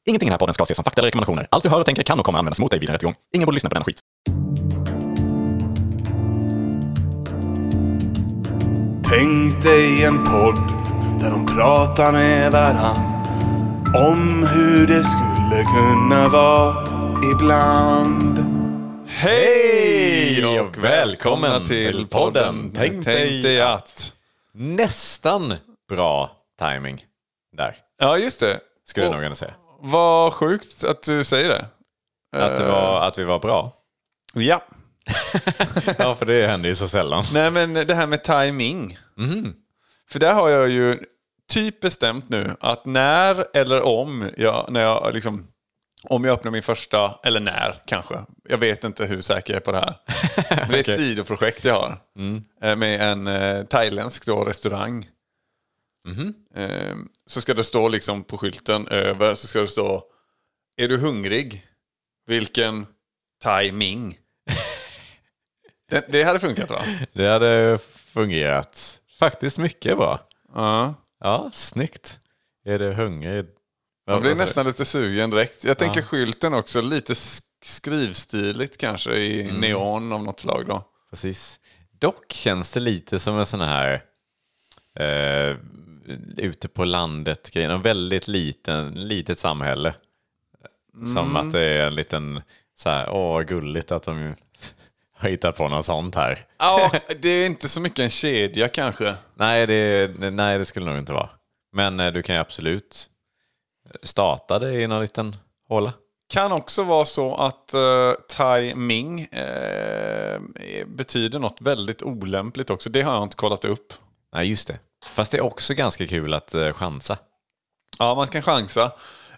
Ingenting i den här podden ska ses som fakta eller rekommendationer. Allt du hör och tänker kan och kommer användas mot dig vid en rättegång. Ingen borde lyssna på den skit. Tänk dig en podd där de pratar med varann om hur det skulle kunna vara ibland. Hej och välkomna till podden. Tänk dig att. Nästan bra timing där. Ja, just det. Skulle jag nog kunna säga. Vad sjukt att du säger det. Att vi var bra. Ja. Ja, för det händer ju så sällan. Nej, men det här med timing. För där har jag ju typ bestämt nu att när eller om jag öppnar min första, eller när kanske. Jag vet inte hur säker jag är på det här. Men det är ett sidoprojekt jag har. Med en thailändsk restaurang. Så ska det stå liksom på skylten över, så ska det stå: är du hungrig? Vilken timing? Det hade funkat, va? Det hade fungerat faktiskt mycket bra. Ja, snyggt. Är du hungrig? Jag blir nästan lite sugen direkt. Jag tänker skylten också, lite skrivstiligt kanske i neon av något slag då. Precis. Dock känns det lite som en sån här ute på landet grej. En väldigt litet samhälle. Som att det är en liten så här, gulligt att de har hittat på något sånt här. Ja, det är inte så mycket en kedja kanske. Nej, det skulle nog inte vara. Men du kan ju absolut starta det i någon liten håla. Kan också vara så att timing betyder något väldigt olämpligt också. Det har jag inte kollat upp. Nej, just det. Fast det är också ganska kul att chansa. Ja, man kan chansa.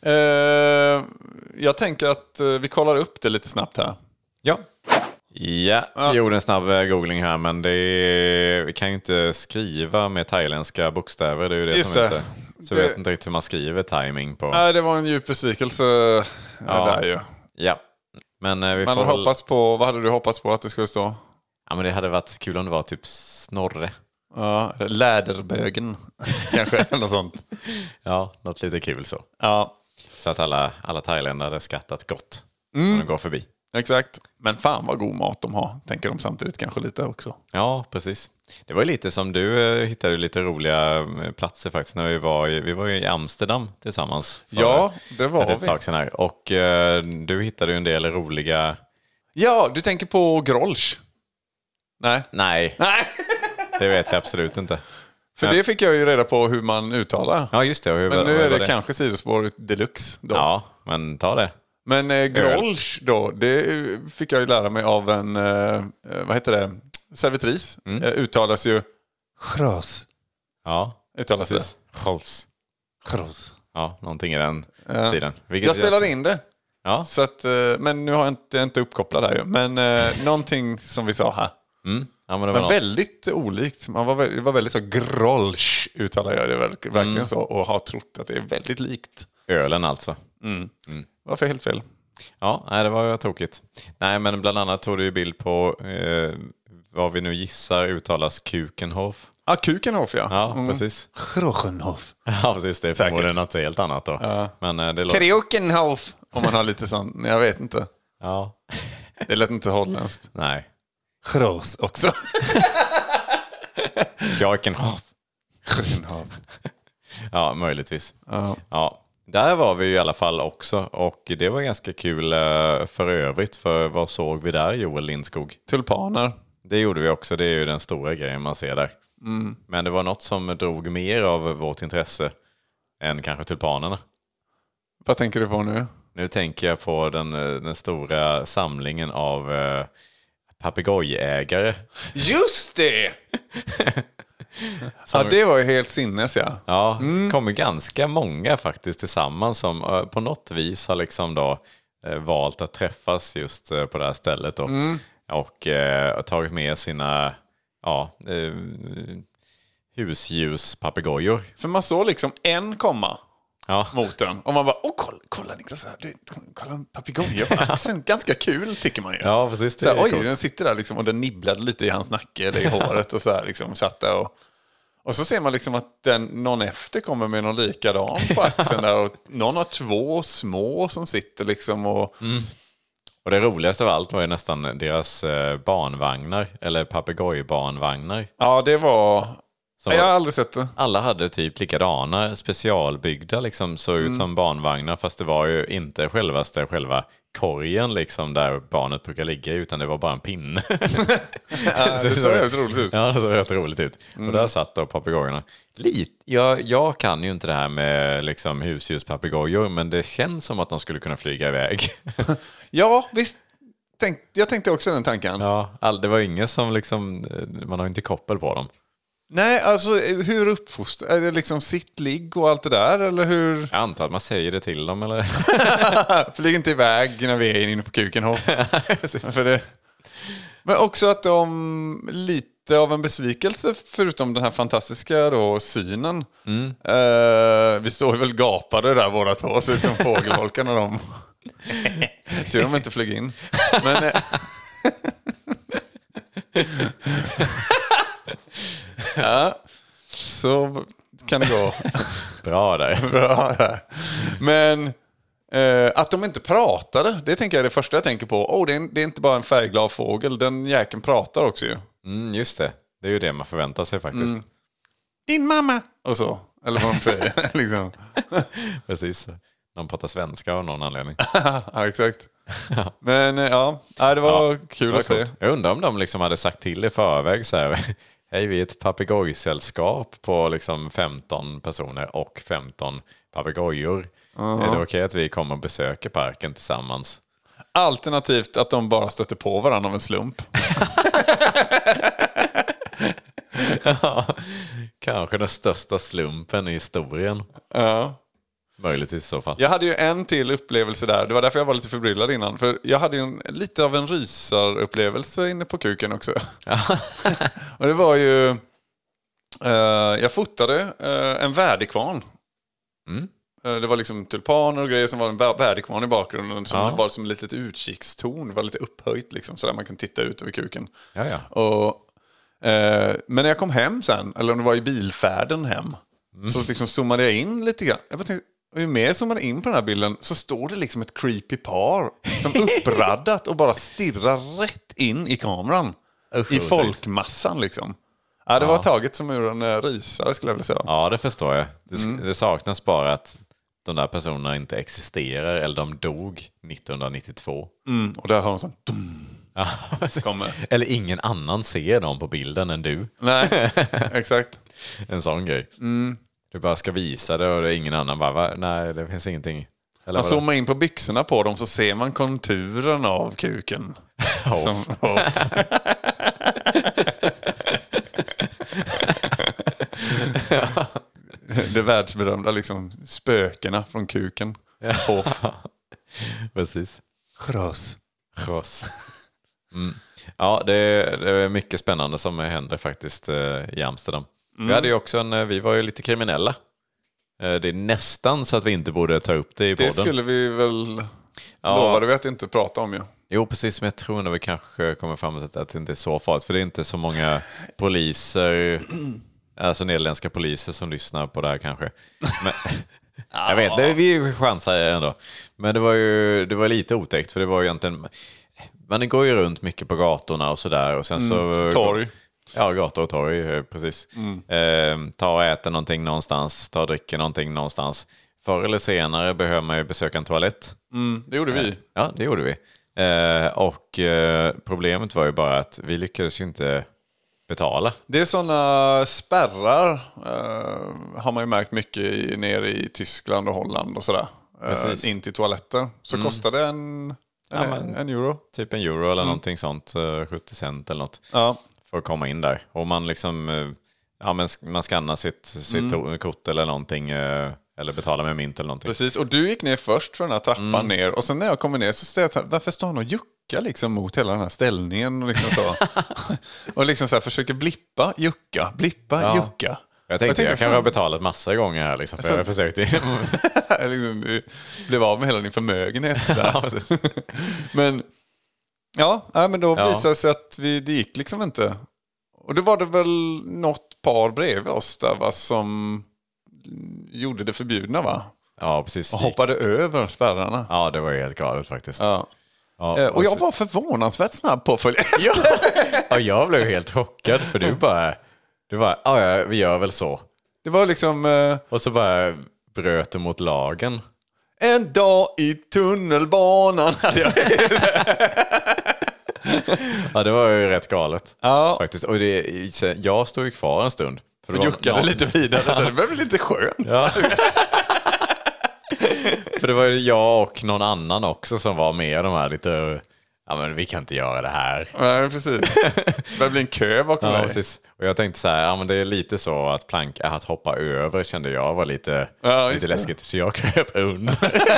Jag tänker att vi kollar upp det lite snabbt här. Ja. Ja, jag gjorde en snabb googling här, men vi kan ju inte skriva med thailändska bokstäver. Det är ju det just som inte... Så jag vet inte riktigt hur man skriver timing på... Nej, det var en djup besvikelse där ju. Ja. Men vad hade du hoppats på att det skulle stå? Ja, men det hade varit kul om det var typ Snorre. Ja, läderbögen kanske, eller sånt. Ja, något lite kul så. Ja. Så att alla thailändare hade skattat gott när de går förbi. Exakt. Men fan vad god mat de har, tänker de samtidigt kanske lite också. Ja, precis. Det var ju lite som du hittade lite roliga platser faktiskt när vi var i Amsterdam tillsammans. Ja, det var ett tag sedan här. Och du hittade ju en del roliga... Ja, du tänker på Grolsch? Nej. Det vet jag absolut inte. För det fick jag ju reda på hur man uttalar. Ja, just det. Men nu är det kanske sidospår deluxe då. Ja, men ta det. Men Grolsch då, det fick jag ju lära mig av en, vad heter det, servitris. Uttalas ju Grös. Ja, uttalas precis. Det. Grös. Ja, någonting i den stilen. Jag spelade in det. Ja. Så att, men nu har jag inte uppkopplat där ju. Men någonting som vi sa här. Ja, men det var väldigt olikt. Det var väldigt så Grolsch uttalar jag det verkligen så. Och har trott att det är väldigt likt. Ölen alltså. Varför helt fel? Ja, nej, det var tokigt. Nej, men bland annat tog du ju bild på vad vi nu gissar uttalas Kukenhof. Ja, Kukenhof, ja. Ja, precis. Krogenhof. Ja, precis. Det är förmodligen något helt annat då. Ja. Men det Krokenhof. Om man har lite sånt. Jag vet inte. Ja. Det lät inte holländskt. Nej. Gros också. Kukenhof. Ja, möjligtvis. Ja. Där var vi i alla fall också. Och det var ganska kul för övrigt. För vad såg vi där, Joel Lindskog? Tulpaner. Det gjorde vi också. Det är ju den stora grejen man ser där. Men det var något som drog mer av vårt intresse än kanske tulpanerna. Vad tänker du på nu? Nu tänker jag på den stora samlingen av papegojägare. Just det! Ja, det var ju helt sinnes, ja. Ja, kommer ganska många faktiskt tillsammans som på något vis har liksom då valt att träffas just på det här stället då. Och tagit med sina husdjurspapegojor. För man såg liksom en komma mot den. Och man bara, kolla Niklas här, kolla en papegojor. Ganska kul tycker man ju. Ja, precis. Så här, den sitter där liksom och den nibblade lite i hans nacke eller i håret och så här liksom satt där Och så ser man liksom att någon efter kommer med någon likadan på axeln där. Och någon har 2 små som sitter liksom och... Och det roligaste av allt var ju nästan deras barnvagnar, eller papegojbarnvagnar. Ja, det var... Jag har aldrig sett det. Alla hade typ likadana, specialbyggda liksom, såg ut som barnvagnar, fast det var ju inte själva korgen liksom där barnet brukar ligga, utan det var bara en pinne. Det såg helt roligt ut. Ja, det såg helt roligt ut. Och där satt då papegojorna. Jag kan ju inte det här med liksom husdjurspapegojor, men det känns som att de skulle kunna flyga iväg. Ja, visst. Jag tänkte också den tanken. Ja, det var inget som liksom, man har inte koppel på dem. Nej, alltså hur uppfostrar? Är det liksom sittligg och allt det där, eller hur? Jag antar att man säger det till dem, eller? Flyg inte iväg när vi är inne på kuken. För det. Men också att de lite av en besvikelse, förutom den här fantastiska då, synen. Vi står väl gapade där båda två, så ut som fågelholkar när de... Tur de inte flyger in. Men... Ja, så kan det gå. Bra där. Bra där. Men att de inte pratade, det tänker jag är det första jag tänker på. Det är inte bara en färgglad fågel, den jäkeln pratar också ju. Just det. Det är ju det man förväntar sig faktiskt. Din mamma! Och så, eller vad de säger. Liksom. Precis. De pratar svenska av någon anledning. Ja, exakt. Men ja, det var kul att se. Jag undrar om de liksom hade sagt till i förväg så här: hej, vi är ett papegojsällskap på liksom 15 personer och 15 papegojor. Är det okej att vi kommer och besöker parken tillsammans? Alternativt att de bara stöter på varandra av en slump. Ja, kanske den största slumpen i historien. Ja. Möjligtvis i så fall. Jag hade ju en till upplevelse där. Det var därför jag var lite förbryllad innan. För jag hade ju lite av en rysarupplevelse inne på kuken också. Och det var ju... jag fotade en värdekvarn. Det var liksom tulpaner och grejer, som var en värdekvarn i bakgrunden. Som var som ett litet utkikstorn. Det var lite upphöjt liksom, så där man kunde titta ut över kuken. Och, men när jag kom hem sen, eller om det var i bilfärden hem, så liksom zoomade jag in lite grann. Jag bara tänkte, och ju mer jag zoomade in på den här bilden, så står det liksom ett creepy par som uppraddat och bara stirrar rätt in i kameran. I folkmassan liksom. Ja, det var taget som ur en rysare, skulle jag vilja säga. Ja, det förstår jag. Det saknas bara att de där personerna inte existerar, eller de dog 1992. Och där har de sån... Ja, eller ingen annan ser dem på bilden än du. Nej, exakt. En sån grej. Du bara ska visa det och det är ingen annan bara, nej, det finns ingenting. Eller man zoomar in på byxorna på dem, så ser man konturen av kuken. Som, det världsberömda liksom spökena från kuken. Precis. Chros. Ja, det är mycket spännande som händer faktiskt i Amsterdam. Vi hade ju också vi var ju lite kriminella. Det är nästan så att vi inte borde ta upp det i podden. Det skulle vi väl lovade vi att inte prata om ju. Jo, precis, men jag tror nog vi kanske kommer fram till att det inte är så farligt. För det är inte så många poliser, alltså nederländska poliser som lyssnar på det här kanske. Men, jag vet, vi chansar ändå. Men det var lite otäckt, för det var ju egentligen... Man går ju runt mycket på gatorna och sådär. Och sen så... Torg. Ja, gator och torg, precis. Ta och äta någonting någonstans, ta och dricka någonting någonstans. Förr eller senare behöver man ju besöka en toalett. Det gjorde vi. Ja, det gjorde vi. Och problemet var ju bara att vi lyckades ju inte betala. Det är sådana spärrar har man ju märkt mycket nere i Tyskland och Holland och sådär. In till toaletter. Så kostar det en euro. Typ en euro eller någonting sånt, 70 cent eller något. Ja. För att komma in där. Och man liksom, man skannar sitt kort eller någonting, eller betalar med mynt eller någonting. Precis, och du gick ner först för den här trappan ner. Och sen när jag kommer ner så ställer jag, varför står han och juckar liksom mot hela den här ställningen? Och liksom så. Och liksom så här, försöker blippa, jucka. Jag tänkte jag kan ha betalat massa gånger här liksom, för jag försökte. Liksom, du blev av med hela din förmögenhet där. men då visade det sig att det gick liksom inte. Och det var det väl något ett par bredvid oss där, va, som gjorde det förbjudna, va? Ja, precis. Och hoppade över spärrarna. Ja, det var ju helt galet faktiskt. Ja. Ja, Och jag var förvånansvärt snabb på att följa. Ja, jag blev helt chockad för du bara ja, vi gör väl så. Det var liksom... Och så bara bröt du mot lagen. En dag i tunnelbanan. Ja, det var ju rätt galet. Ja. Faktiskt. Och jag stod ju kvar en stund. För Och juckade lite vidare, så det blev lite skönt. Ja. För det var ju jag och någon annan också som var med de här lite... Ja, men vi kan inte göra det här. Nej, precis. Det började bli en kö bakom dig. Precis. Och jag tänkte så här, ja men det är lite så att hoppa över kände jag var lite läskigt. Så jag kröp under.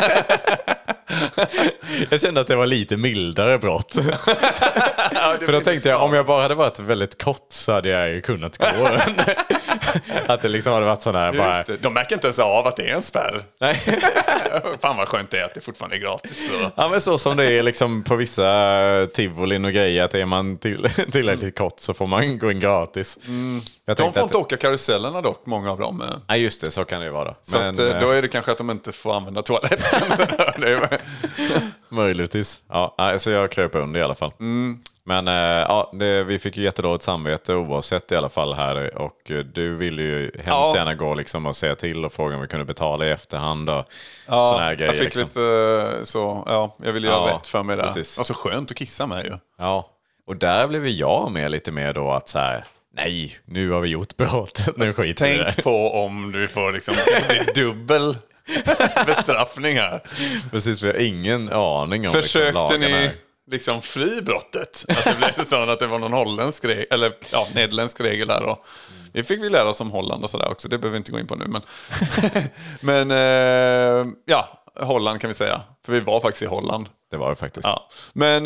Jag kände att det var lite mildare brott. För då tänkte jag, om jag bara hade varit väldigt kort så hade jag ju kunnat gå. Att det liksom hade varit sån här bara... De märker inte ens av att det är en spärr. Nej. Fan vad skönt det är att det fortfarande är gratis. Så. Ja, men så som det är liksom på vissa tivolin och grejer, att är man tillräckligt kort så får man gå in gratis. Jag De får inte åka karusellerna dock, många av dem. Nej, just det, så kan det ju vara. Så men, då är det kanske att de inte får använda toaletten. Möjligtvis. Ja, så jag kröp under i alla fall. Men vi fick ju jättedåligt samvete oavsett i alla fall här. Och du ville ju hemskt gärna gå liksom och säga till och fråga om vi kunde betala i efterhand och såna här grejer. Jag fick liksom. Lite så, jag ville göra rätt för mig där. Precis. Alltså skönt att kissa med ju. Ja, och där blev jag med lite mer då att så här, nej, nu har vi gjort brottet, nu skiter vi i det. Tänk på om du får liksom dubbel bestraffning här. Precis, vi har ingen aning om försökte ni här. Liksom fly brottet? Att det blev så att det var någon holländsk regel, eller nederländsk regel där då. Det fick vi lära oss om Holland och sådär också. Det behöver vi inte gå in på nu. Men Holland kan vi säga. För vi var faktiskt i Holland. Det var det faktiskt. Ja. Men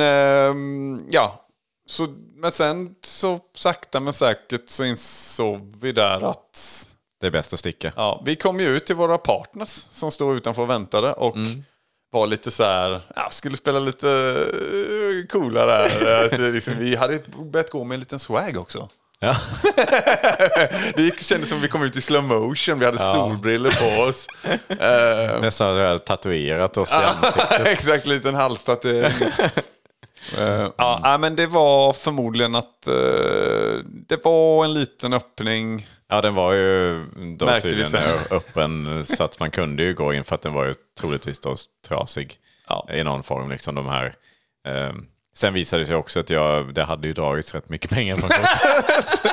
men sen så sakta men säkert så insåg vi där att det är bäst att sticka. Ja, vi kom ju ut till våra partners som stod utanför och väntade och var lite så här, skulle spela lite coola där. Liksom, vi hade börjat gå med en liten swag också. Ja. Det kändes som vi kom ut i slow motion. Vi hade solbriller på oss. Nästan hade jag tatuerat oss i ansiktet. Exakt, liten halstatuering. Men det var förmodligen att det var en liten öppning. Ja, den var ju då tydligen öppen så att man kunde ju gå in för att den var ju troligtvis då trasig i någon form. Liksom de här. Sen visade det sig också att det hade ju dragits rätt mycket pengar från kortet.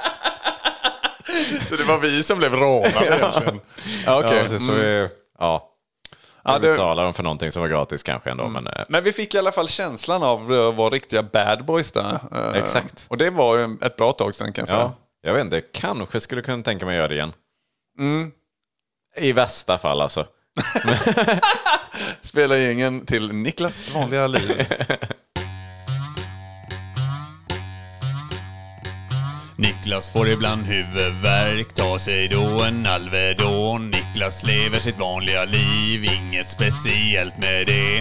Så det var vi som blev rånade egentligen. Okay. Så vi betalar dem för någonting som var gratis kanske ändå. Men vi fick i alla fall känslan av att vara riktiga bad boys där. Exakt. Och det var ju ett bra tag sedan kan jag säga. Jag vet inte, kanske skulle kunna tänka mig att göra det igen. I värsta fall alltså. Spelar gängen till Niklas vanliga liv. Niklas får ibland huvudvärk, tar sig då en Alvedon. Niklas lever sitt vanliga liv, inget speciellt med det.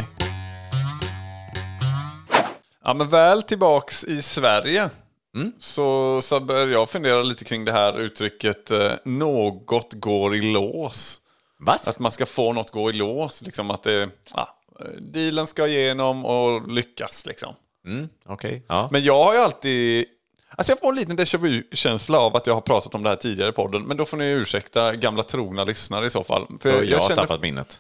Ja, men väl tillbaks i Sverige så började jag fundera lite kring det här uttrycket något går i lås. Vad? Att man ska få något gå i lås, liksom att dealen ska igenom och lyckas liksom. Okej. Ja. Men jag har ju alltid... Alltså jag får en liten déjà vu-känsla av att jag har pratat om det här tidigare i podden. Men då får ni ursäkta gamla trogna lyssnare i så fall. För jag har tappat minnet.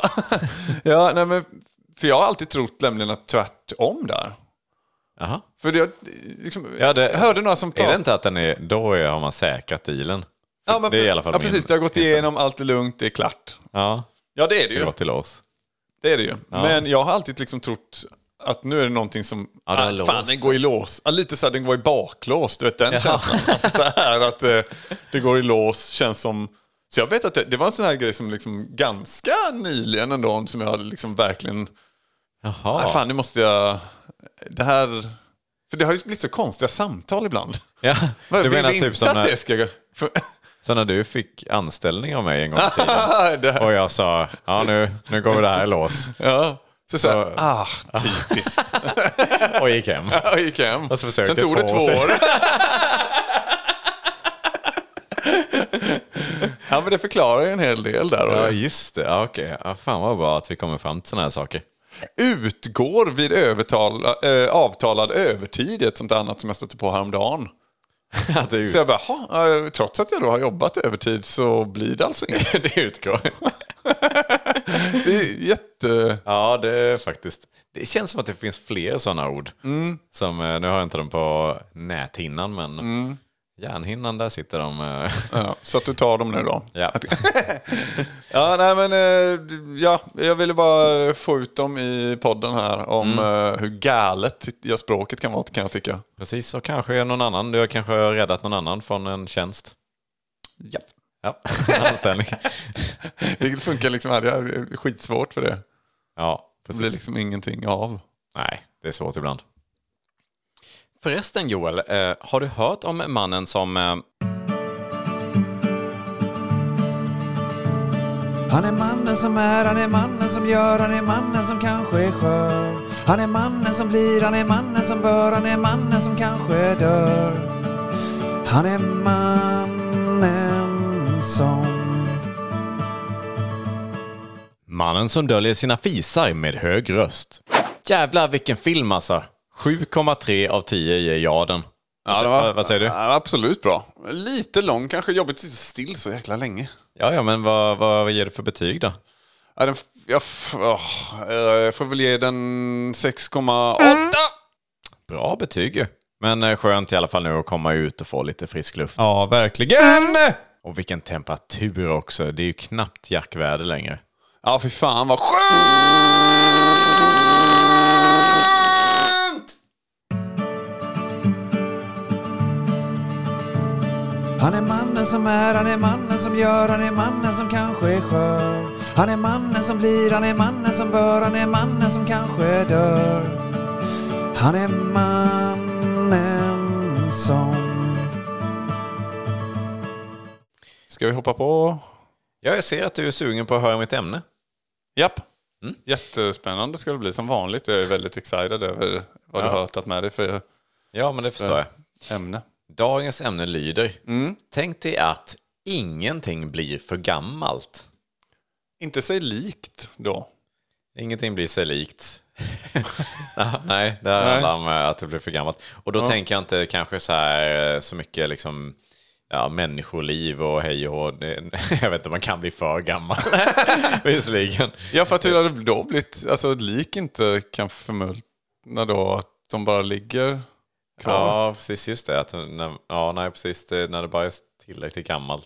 För jag har alltid trott nämligen att tvärtom där. Jaha. För jag hörde några som pratade... Är det inte att då har man säkrat dealen? Ja, men, det är i alla fall precis. Det har gått igenom, allt är lugnt, det är klart. Ja, det är det ju. Det går till lås. Det är det ju. Ja. Men jag har alltid liksom trott att nu är det någonting som... den går i lås. Lite så här, den går i baklås. Du vet den känslan. Alltså så här att det går i lås känns som... Så jag vet att det var en sån här grej som liksom ganska nyligen ändå som jag liksom verkligen... Jaha. Nu måste jag... Det här... För det har ju blivit så konstiga samtal ibland. Ja, du menar typ så när du fick anställning av mig en gång i tiden. Och jag sa, nu går vi det här i lås. Ja. Så typiskt. Och gick hem. Och så sen tog det 2 år. Ja, men det förklarar ju en hel del där. Ja, just det. Ja, okej. Ja, fan vad bra att vi kommer fram till såna här saker. Utgår vid avtalad övertid, ett sånt annat som jag stötte på häromdagen. Så jag bara, trots att jag då har jobbat övertid så blir det alltså inget. Det utgår. Det är jätte... Ja, det är faktiskt. Det känns som att det finns fler sådana ord. Som, nu har jag inte dem på näthinnan, men hjärnhinnan, där sitter de. Ja, så att du tar dem nu då. Ja. Ja, nej men jag ville bara få ut dem i podden här om hur galet språket kan vara, kan jag tycka. Precis, och kanske någon annan. Du har kanske räddat någon annan från en tjänst. Ja. Ja, anställning. Det funkar liksom här. Det är skitsvårt för det. Ja, Det precis. blir liksom ingenting av. Nej, det är svårt ibland. Förresten Joel, har du hört om mannen som... Han är mannen som är, han är mannen som gör, han är mannen som kanske är skör. Han är mannen som blir, han är mannen som bör, han är mannen som kanske dör. Han är mannen som... Mannen som döljer sina fisar med hög röst. Jävlar vilken film alltså. 7,3 av 10 ger jag den. Ja, vad säger du? Ja, absolut bra. Lite lång, kanske jobbigt att sitta still så jäkla länge. Ja, men vad ger du för betyg då? Ja, jag får väl ge den 6,8. Bra betyg ju. Men skönt i alla fall nu att komma ut och få lite frisk luft. Ja, verkligen! Och vilken temperatur också. Det är ju knappt jackväder längre. Ja, för fan vad skönt! Han är mannen som är, han är mannen som gör, han är mannen som kanske är skör. Han är mannen som blir, han är mannen som bör, han är mannen som kanske dör. Han är mannen som... Ska vi hoppa på? Ja, jag ser att du är sugen på att höra mitt ämne. Japp. Jättespännande ska det bli som vanligt. Jag är väldigt excited över vad du har tagit med dig för Ja, men det förstår jag. ämne. Dagens ämne lyder: tänk dig att ingenting blir för gammalt. Inte sig likt då. Ingenting blir sig likt. Nej, det handlar om att det blir för gammalt. Och då tänker jag inte kanske så mycket liksom, människoliv och hej och hå. Jag vet inte om man kan bli för gammal. Visserligen. Ja, för att hur har det då blivit? Alltså ett lik inte kan förmultna då, att de bara ligger kvar. Ja, precis, just det. Att precis. När det bara är tillräckligt gammalt.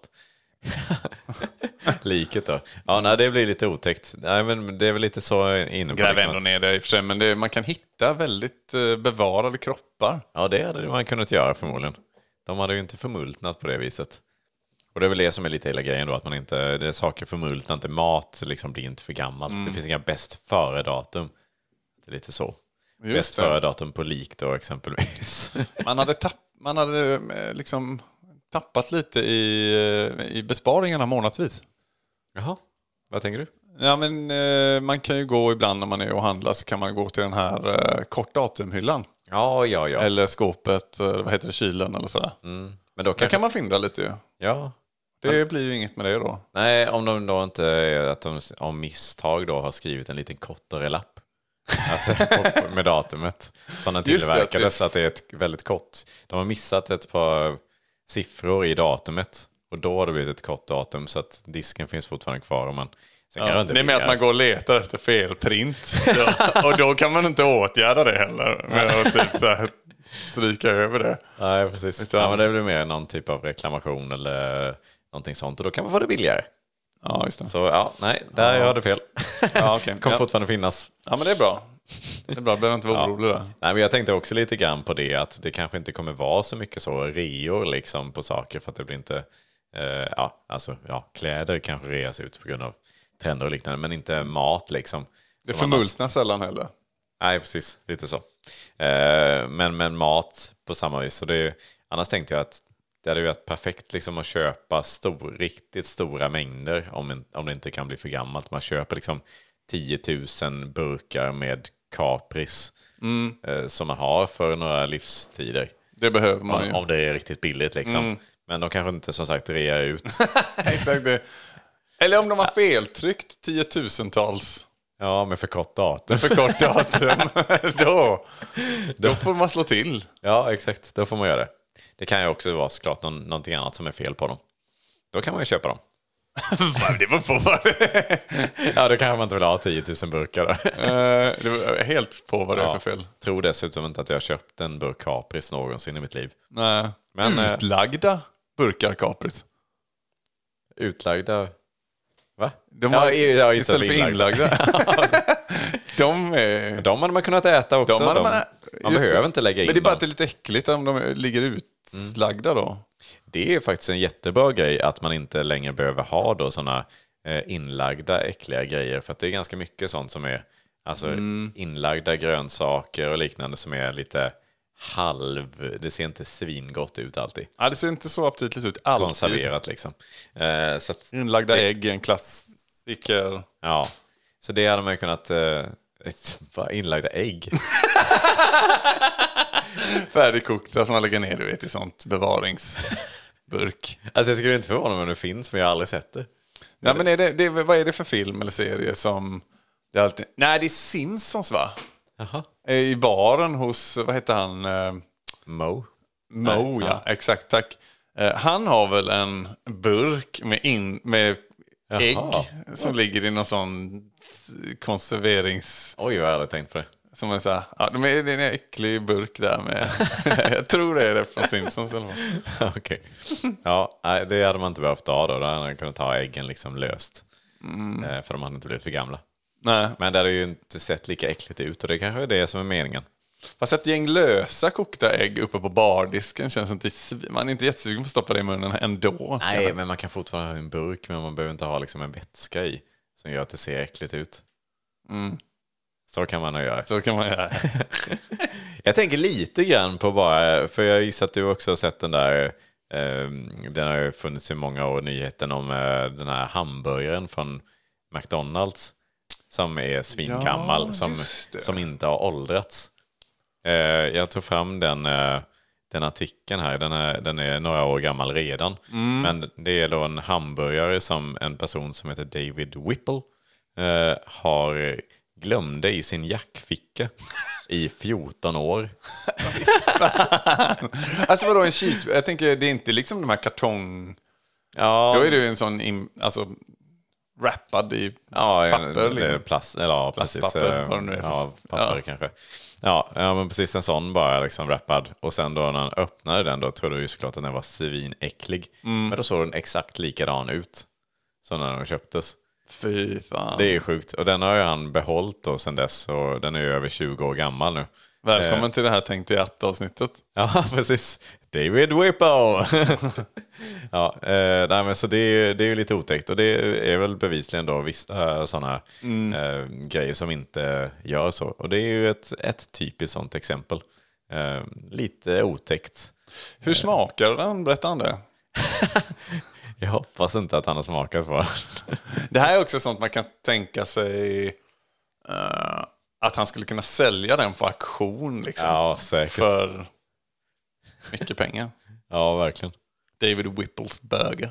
Liket då. Ja, nej, det blir lite otäckt. Nej, men det är väl lite så inne på. Gräv ändå ner det i och för sig, men man kan hitta väldigt bevarade kroppar. Ja, det hade man kunnat göra förmodligen. De hade ju inte förmultnat på det viset. Och det är väl det som är lite hela grejen då, att man inte, det är saker förmultnar inte, mat liksom blir inte för gammalt. Det finns inga bäst före-datum. Det är lite så. Bäst före-datum på lik då exempelvis. Man hade liksom tappat lite i besparingarna månadsvis. Jaha, vad tänker du? Ja, men man kan ju gå ibland när man är och handlar, så kan man gå till den här kortdatumhyllan. Ja. Eller skåpet, vad heter det, kylen eller sådär. Men då Där kan man fynda lite ju. Ja. Det blir ju inget med det då. Nej, om de då inte, att de av misstag då har skrivit en liten kortare lapp. Alltså, med datumet. Som den tillverkades, att det är ett väldigt kort. De har missat ett par siffror i datumet. Och då har det blivit ett kort datum, så att disken finns fortfarande kvar. Men det är med att man går och letar efter felprint. Och då kan man inte åtgärda det heller. Med att typ så här stryka över det. Nej, precis. Ja, men det blir mer någon typ av reklamation eller någonting sånt. Och då kan man få det billigare. Ja, just det. Så där gör det fel. Ja, okay. Kommer fortfarande finnas. Ja, men det är bra. Det är bra, behöver inte vara orolig där. Nej, men jag tänkte också lite grann på det, att det kanske inte kommer vara så mycket så reor liksom på saker, för att det blir inte kläder kanske reas ut på grund av trender och liknande, men inte mat liksom. Det förmultnar sällan heller. Nej, precis, lite så. Men mat på samma vis. Så annars tänkte jag att det hade varit perfekt liksom att köpa riktigt stora mängder om det inte kan bli för gammalt. Man köper liksom 10 000 burkar med Capris som man har för några livstider. Det behöver man ju. Om det är riktigt billigt liksom. Men de kanske inte som sagt rear ut. Exakt det. Eller om de har feltryckt 10 000-tals. Ja, med för kort datum. För kort datum. då får man slå till. Ja, exakt. Då får man göra det. Det kan ju också vara såklart någonting annat som är fel på dem. Då kan man ju köpa dem. Det var på vad det. Ja, då kanske man inte vill ha 10 000 burkar då. Det var helt på vad det är för fel. Tror dessutom inte att jag har köpt en burk Capris någonsin i mitt liv. Nej. Men, utlagda burkar Capris. Utlagda... Va? De har, istället för inlagda. De hade man kunnat äta också. Man behöver inte lägga in dem. Men det är bara dem. att det är lite äckligt om de ligger utlagda då. Det är faktiskt en jättebra grej att man inte längre behöver ha då såna inlagda äckliga grejer. För att det är ganska mycket sånt som är alltså inlagda grönsaker och liknande som är lite det ser inte svingott ut alltid. Ja, det ser inte så aptitligt ut alltid. Konserverat liksom. Så att inlagda ägg är en klassiker. Ja, så det hade man ju kunnat... inlagda ägg. Färdigkokta som man lägger ner, du vet, i sånt bevaringsburk. Alltså jag skulle inte förvåna mig om det finns, men jag har aldrig sett det. Nej, men vad är det för film eller serie som... Det är alltid... Nej, det är Simpsons, va? Jaha. I baren hos, vad heter han? Mo, ja. Exakt, tack. Han har väl en burk med ägg som ligger i någon sån konserverings... Oj, vad jag hade tänkt på det. Som är så här, ja, det är en äcklig burk där med... jag tror det är det från Simpsons eller vad. Okej. Ja, det hade man inte behövt ha då. Då hade man kunnat ta äggen liksom löst. För de hade inte blivit för gamla. Nej. Men det hade ju inte sett lika äckligt ut. Och det kanske är det som är meningen. Fast ett gäng lösa kokta ägg uppe på bardisken känns inte... Man är inte jättesugen på att stoppa det i munnen ändå. Nej, men man kan fortfarande ha en burk. Men man behöver inte ha liksom en vätska i. Som gör att det ser äckligt ut. Så kan man nog göra. Så kan man göra. Jag tänker lite grann på bara... För jag gissar att du också har sett den där... den har ju funnits i många år, nyheten om den här hamburgaren från McDonald's. Som är svingammal. Som inte har åldrats. Jag tog fram den artikeln här. Den är några år gammal redan. Men det är då en hamburgare som en person som heter David Whipple har glömde i sin jackficka i 14 år. Alltså vadå en cheese? Jag tänker det är inte liksom de här kartong... Ja. Då är det ju en sån wrappad i papper liksom. Plast, eller precis. Plastpapper, vad det nu är för... papper kanske. Ja, men precis en sån bara liksom wrappad. Och sen då när han öppnade den då trodde du ju såklart att den var svinäcklig. Men då såg den exakt likadan ut som när den köptes. Fy fan. Det är sjukt. Och den har ju han behållit då sen dess. Och den är ju över 20 år gammal nu. Välkommen till det här Tänk dig att-avsnittet. Ja, precis. David Whipple. Ja, nej, men så det är ju lite otäckt. Och det är väl bevisligen då vissa sådana grejer som inte gör så. Och det är ju ett typiskt sånt exempel. Lite otäckt. Hur smakar den? Berätta om det. Jag hoppas inte att han har smakat på den. Det här är också sånt man kan tänka sig att han skulle kunna sälja den på auktion liksom. Ja, säkert. För mycket pengar. Ja, verkligen. David Whipples burger.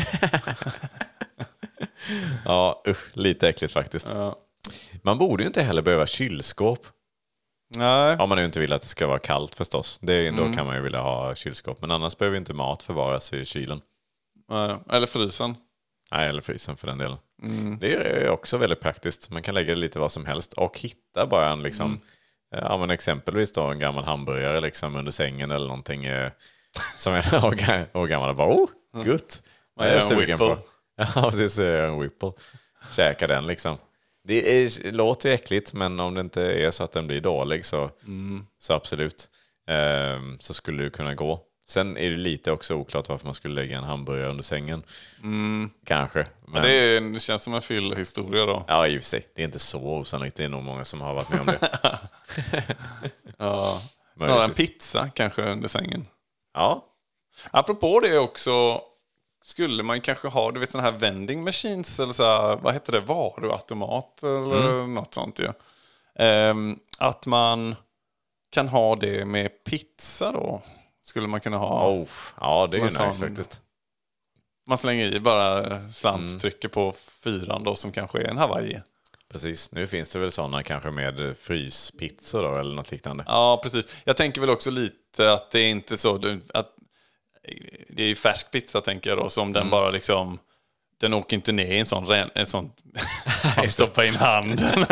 Ja, lite äckligt faktiskt. Ja. Man borde ju inte heller behöva kylskåp. Nej. Om man nu inte vill att det ska vara kallt förstås. Då kan man ju vilja ha kylskåp. Men annars behöver inte mat förvaras i kylen. Eller frysen. Nej, eller frysen för den delen. Det är också väldigt praktiskt. Man kan lägga det lite vad som helst. Och hitta bara en liksom... Ja, men exempelvis då en gammal hamburgare liksom under sängen eller någonting som är och gammal. Bara, gott! Man är en Whipple. Ja, precis. En Whipple. Käka den liksom. Det låter ju äckligt, men om det inte är så att den blir dålig så absolut. Så skulle det kunna gå. Sen är det lite också oklart varför man skulle lägga en hamburgare under sängen. Kanske. Men... Ja, det känns som en fyllhistoria då. Ja, i och för sig. Det är inte så osannolikt. Det är nog många som har varit med om det. Ja. Snarare en pizza kanske under sängen. Ja. Apropå det också, skulle man kanske ha, du vet, sådana här vending machines eller så här, vad heter det, varuautomat eller något sånt ju. Att man kan ha det med pizza då. skulle man kunna ha. Ja, det är ju Som en nice sån- faktiskt. Man slänger i bara slanttrycker på 4 då, som kanske är en Hawaii. Precis. Nu finns det väl sådana kanske med fryspizza då, eller något liknande. Ja, precis. Jag tänker väl också lite att det är inte så att det är ju färsk pizza, tänker jag då, som den bara liksom, den åker inte ner i en sån man stoppar in handen.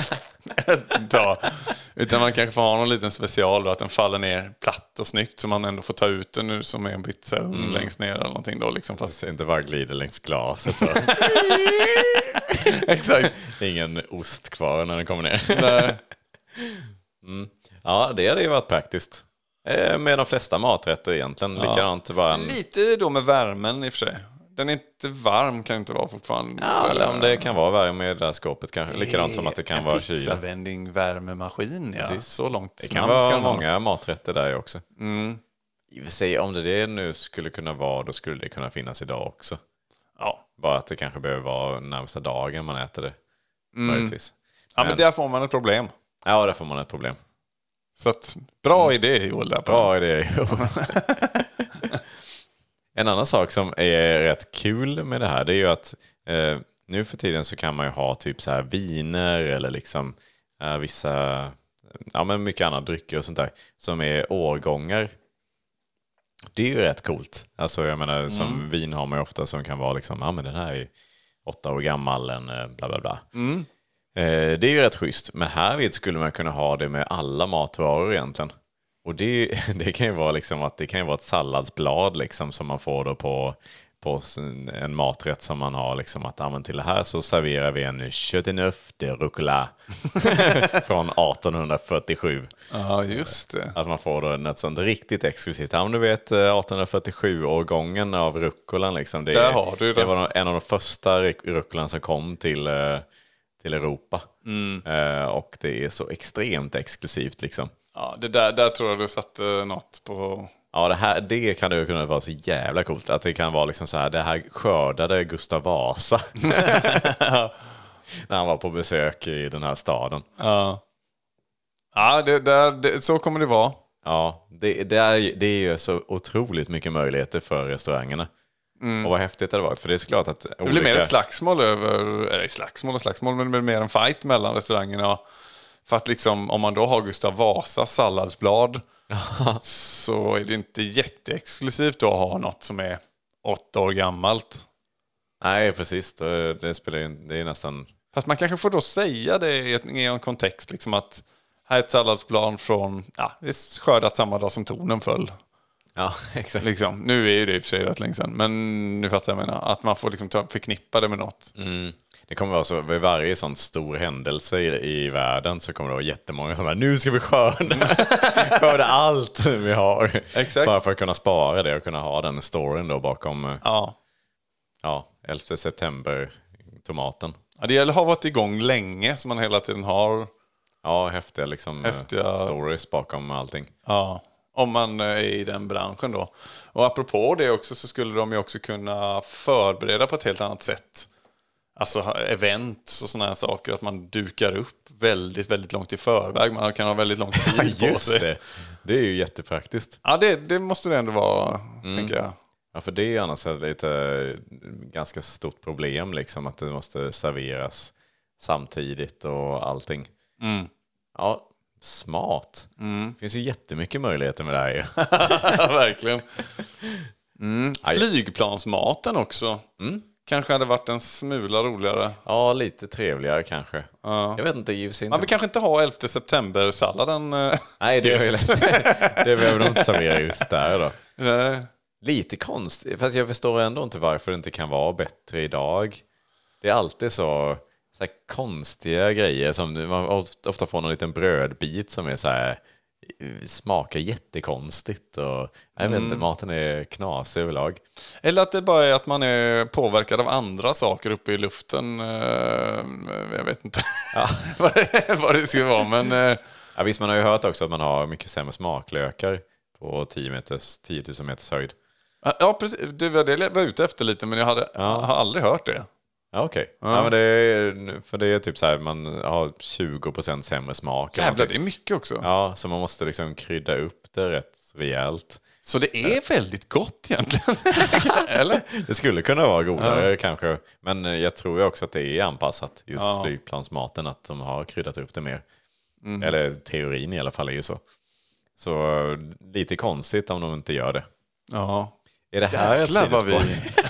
Utan man kanske får ha någon liten special då, att den faller ner platt och snyggt, så man ändå får ta ut den nu som är en pizza längst ner eller någonting då liksom, fast Så inte bara glider längs glaset så. exakt. Ingen ost kvar när den kommer ner. Nej. Ja, det hade ju varit praktiskt. Med de flesta maträtter egentligen. Likadant bara en... Lite då med värmen i och för sig. Den är inte varm, kan inte vara fortfarande. Ja, eller om det kan vara värme i det där skåpet kanske. Likadant som att det kan vara kyla. Pizzavänding, värmemaskin, ja. Precis. Så långt. Det kan vara många maträtter där också. I och för sig, om det nu skulle kunna vara, då skulle det kunna finnas idag också. Ja. Bara att det kanske behöver vara närmsta dagen man äter det. Möjligtvis. Ja, men där får man ett problem. Ja, där får man ett problem. Så att, bra idé, Joel. Där på. Bra idé. En annan sak som är rätt kul med det här, det är ju att nu för tiden så kan man ju ha typ så här viner eller liksom vissa, ja men mycket andra drycker och sånt där som är årgångar. Det är ju rätt coolt. Alltså jag menar, som vin har man ju ofta som kan vara liksom, ja men den här är 8 år gammal, en bla bla bla. Det är ju rätt schysst, men härvid skulle man kunna ha det med alla matvaror egentligen. Och det kan ju vara liksom att det kan ju vara ett salladsblad liksom som man får då på en maträtt som man har liksom att använda till det här, så serverar vi en Chateauneuf de Rucola från 1847. Ja, just det. Att man får då något sånt riktigt exklusivt. Ja, men du vet 1847-årgången av rucolan liksom. Där har du det. Det var en av de första rucolan som kom till Europa. Och det är så extremt exklusivt liksom. Ja, det där tror jag du satte något på. Ja, det kan ju kunna vara så jävla coolt. Att det kan vara liksom så här, det här skördade Gustav Vasa. När han var på besök i den här staden. Ja, så kommer det vara. Ja, det är ju så otroligt mycket möjligheter för restaurangerna. Och vad häftigt det har varit. För det är såklart att Det blir mer ett slagsmål slagsmål, men det blir mer en fight mellan restaurangerna. För att liksom, om man då har Gustav Vasa salladsblad så är det inte jätteexklusivt då att ha något som är 8 år gammalt. Nej, precis. Det spelar ju, det är nästan... Fast man kanske får då säga det i en kontext liksom, att här är ett salladsblad från, det är skördat samma dag som tornen föll. Ja, exakt. Liksom. Nu är ju det i och för sig rätt länge sedan, men nu fattar jag menar. Att man får liksom förknippa det med något. Det kommer vara så, vid varje sån stor händelse i världen så kommer det vara jättemånga som bara, nu ska vi skörda allt vi har. Exakt. Bara för att kunna spara det och kunna ha den storyn då bakom 11 september-tomaten. Ja, det gäller att ha varit igång länge, så man hela tiden har... Ja, häftiga stories bakom allting. Ja, om man är i den branschen då. Och apropå det också, så skulle de ju också kunna förbereda på ett helt annat sätt. Alltså events och såna här saker, att man dukar upp väldigt, väldigt långt i förväg. Man kan ha väldigt lång tid på sig. Just det. Det är ju jättepraktiskt. Ja, det måste det ändå vara, tänker jag. Ja, för det är annars ett ganska stort problem liksom, att det måste serveras samtidigt och allting. Ja, smart. Det finns ju jättemycket möjligheter med det här. Verkligen. Flygplansmaten också. Kanske hade varit en smula roligare. Ja, lite trevligare kanske. Ja. Jag vet inte, givetvis inte. Man vill kanske inte ha 11 september-salladen. Nej, det behöver de inte servera just där då. Nej. Lite konstigt, fast jag förstår ändå inte varför det inte kan vara bättre idag. Det är alltid så här konstiga grejer som man ofta får någon liten brödbit som är så här, smakar jättekonstigt och jag vet inte, maten är knasig överlag. Eller att det bara är att man är påverkad av andra saker uppe i luften. Jag vet inte vad det ska vara, men... Ja, visst, man har ju hört också att man har mycket sämre smaklökar på 10 000 meters höjd. Ja, precis. Det var det jag var ute efter lite, men jag har aldrig hört det. Ja, okej. Ja. Ja, men det är typ så här, man har 20% sämre smak. Jävlar, det är mycket också. Ja, så man måste liksom krydda upp det rätt rejält. Så det är väldigt gott egentligen. Eller? Det skulle kunna vara godare kanske. Men jag tror ju också att det är anpassat. Just flygplansmaten. Att de har kryddat upp det mer. Eller teorin i alla fall är ju så. Så lite konstigt om de inte gör det. Ja. Är det här ett sidospår?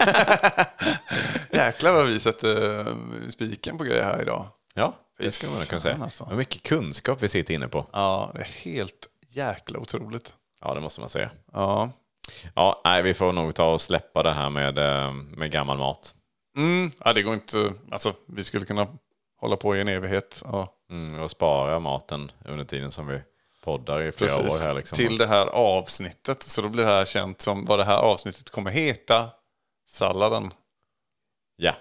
Jäklar vad vi sätter spiken på grejer här idag. Ja, det skulle man kunna säga. Alltså. Vad mycket kunskap vi sitter inne på. Ja, det är helt jäkla otroligt. Ja, det måste man säga. Ja. Ja, nej, vi får nog ta och släppa det här med gammal mat. Ja, det går inte. Alltså, vi skulle kunna hålla på i en evighet. Ja. Och spara maten under tiden som vi poddar i flera år här. Liksom. Till det här avsnittet. Så då blir det här känt som vad det här avsnittet kommer heta. Salladen. Ja.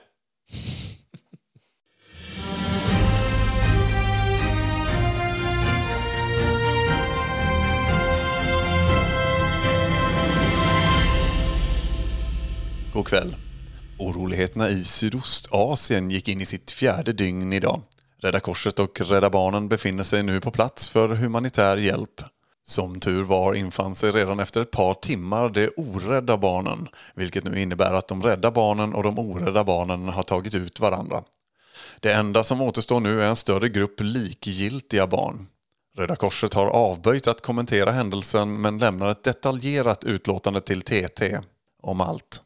God kväll. Oroligheterna i Sydostasien gick in i sitt 4:e dygn idag. Rädda Korset och Rädda Barnen befinner sig nu på plats för humanitär hjälp. Som tur var infann sig redan efter ett par timmar de orädda barnen, vilket nu innebär att de rädda barnen och de orädda barnen har tagit ut varandra. Det enda som återstår nu är en större grupp likgiltiga barn. Rädda Korset har avböjt att kommentera händelsen men lämnar ett detaljerat utlåtande till TT om allt.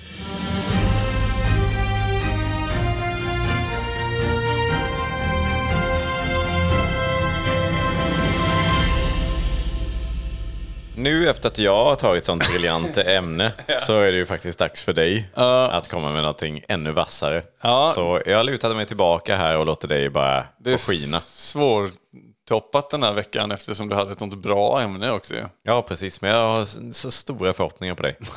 Nu efter att jag har tagit sånt briljant ämne så är det ju faktiskt dags för dig att komma med någonting ännu vassare. Så jag lutade mig tillbaka här och låter dig bara få skina. Det är svårtoppat den här veckan eftersom du hade ett sånt bra ämne också. Ja, precis. Men jag har så stora förhoppningar på dig.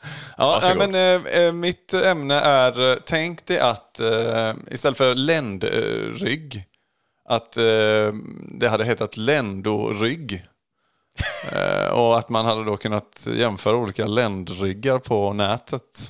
Mitt ämne är, tänk dig att istället för ländrygg, att det hade hetat ländorygg. Och att man hade då kunnat jämföra olika ländryggar på nätet.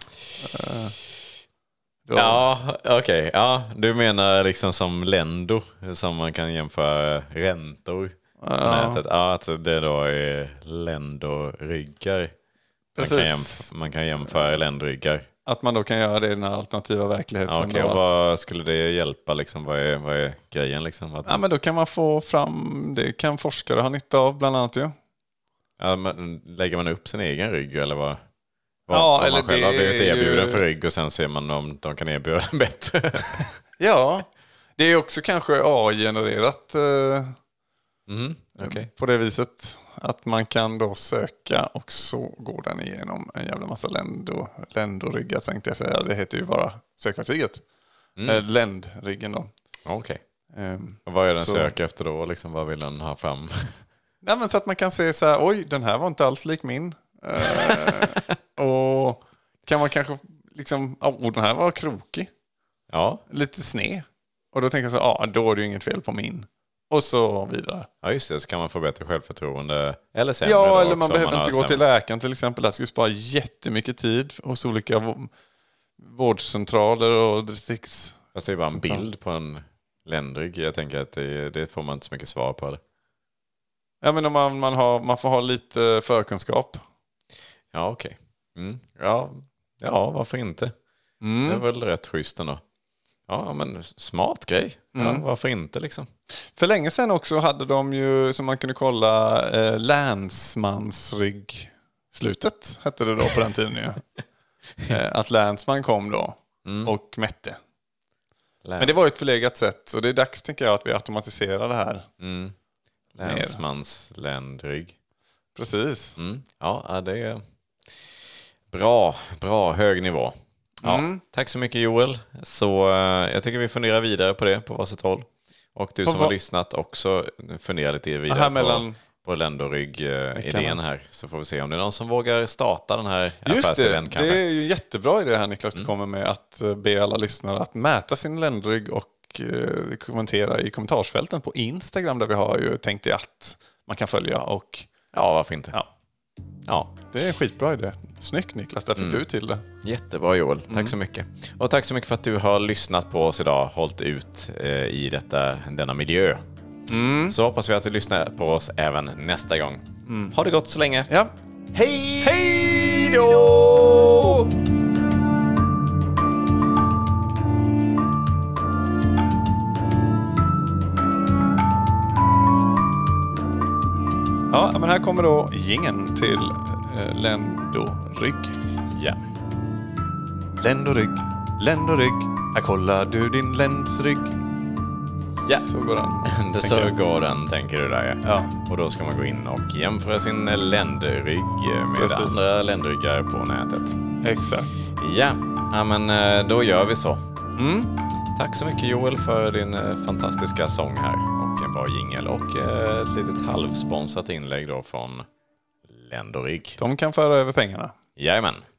Ja, okej. Ja, du menar liksom som ländo, som man kan jämföra räntor på nätet. Ja, att det då är ländoryggar. Man kan jämföra ländryggar. Att man då kan göra det i den alternativa verkligheten. Ja, okej. Och vad skulle det hjälpa? Liksom? Vad är grejen? Liksom? Ja, men då kan man få fram, det kan forskare ha nytta av bland annat ju. Ja, men lägger man upp sin egen rygg eller vad? Ja, eller man själv har blivit erbjuden för rygg och sen ser man om de kan erbjuda den bättre. Ja, det är också kanske AI-genererat på det viset. Att man kan då söka och så går den igenom en jävla massa ländoryggar tänkte jag säga. Det heter ju bara sökverktyget. Ländryggen då. Okej. Och vad är den söker efter då? Liksom, vad vill den ha fram? Ja, men så att man kan se så här, oj, den här var inte alls lik min. Och kan man kanske liksom, den här var krokig. Ja. Lite sned. Och då tänker jag så här, då är det ju inget fel på min. Och så vidare. Ja, just det. Så kan man få bättre självförtroende. Eller sämre. Ja, eller man behöver inte gå till läkaren till exempel. Där ska vi spara jättemycket tid hos olika vårdcentraler och distrikts. Fast det är bara en bild på en ländrygg. Jag tänker att det får man inte så mycket svar på. Eller? Ja, men om man får ha lite förkunskap. Ja, okej. Ja, varför inte? Det är väl rätt schysst ändå. Ja, men smart grej. Ja, varför inte liksom? För länge sedan också hade de ju, som man kunde kolla, länsmansrygg. Slutet hette det då på den tiden ju. Att länsman kom då och mätte. Men det var ett förlegat sätt. Så det är dags, tänker jag, att vi automatiserar det här. Länsmans ländrygg. Precis. Ja, det är bra, hög nivå. Ja, tack så mycket Joel. Så jag tycker vi funderar vidare på det på varsitt håll. Och du som har lyssnat också funderar lite vidare på ländorygg-idén här. Så får vi se om det är någon som vågar starta den här affärsidén. Det är ju jättebra idé här Niklas du kommer med att be alla lyssnare att mäta sin ländrygg och kommentera i kommentarsfälten på Instagram där vi har ju tänkt att man kan följa och... Ja, varför inte? Ja. Det är en skitbra idé. Snyggt Niklas, där fick du till det. Jättebra Joel, tack så mycket. Och tack så mycket för att du har lyssnat på oss idag, hållit ut i denna miljö. Så hoppas vi att du lyssnar på oss även nästa gång. Ha det gott så länge. Ja, Hej då! Ja, men här kommer då jingeln till ländorygg. Ja. Ländorygg, ländorygg. Här kollar du din länsrygg. Ja. Så går den. Det så går den, tänker du där. Ja. Och då ska man gå in och jämföra sin ländrygg med Precis. andra ländryggar på nätet. Exakt. Ja, men då gör vi så. Mm. Tack så mycket Joel för din fantastiska sång här och en bra jingle och ett litet halvsponsrat inlägg då från Ländorygg. De kan föra över pengarna. Jajamän.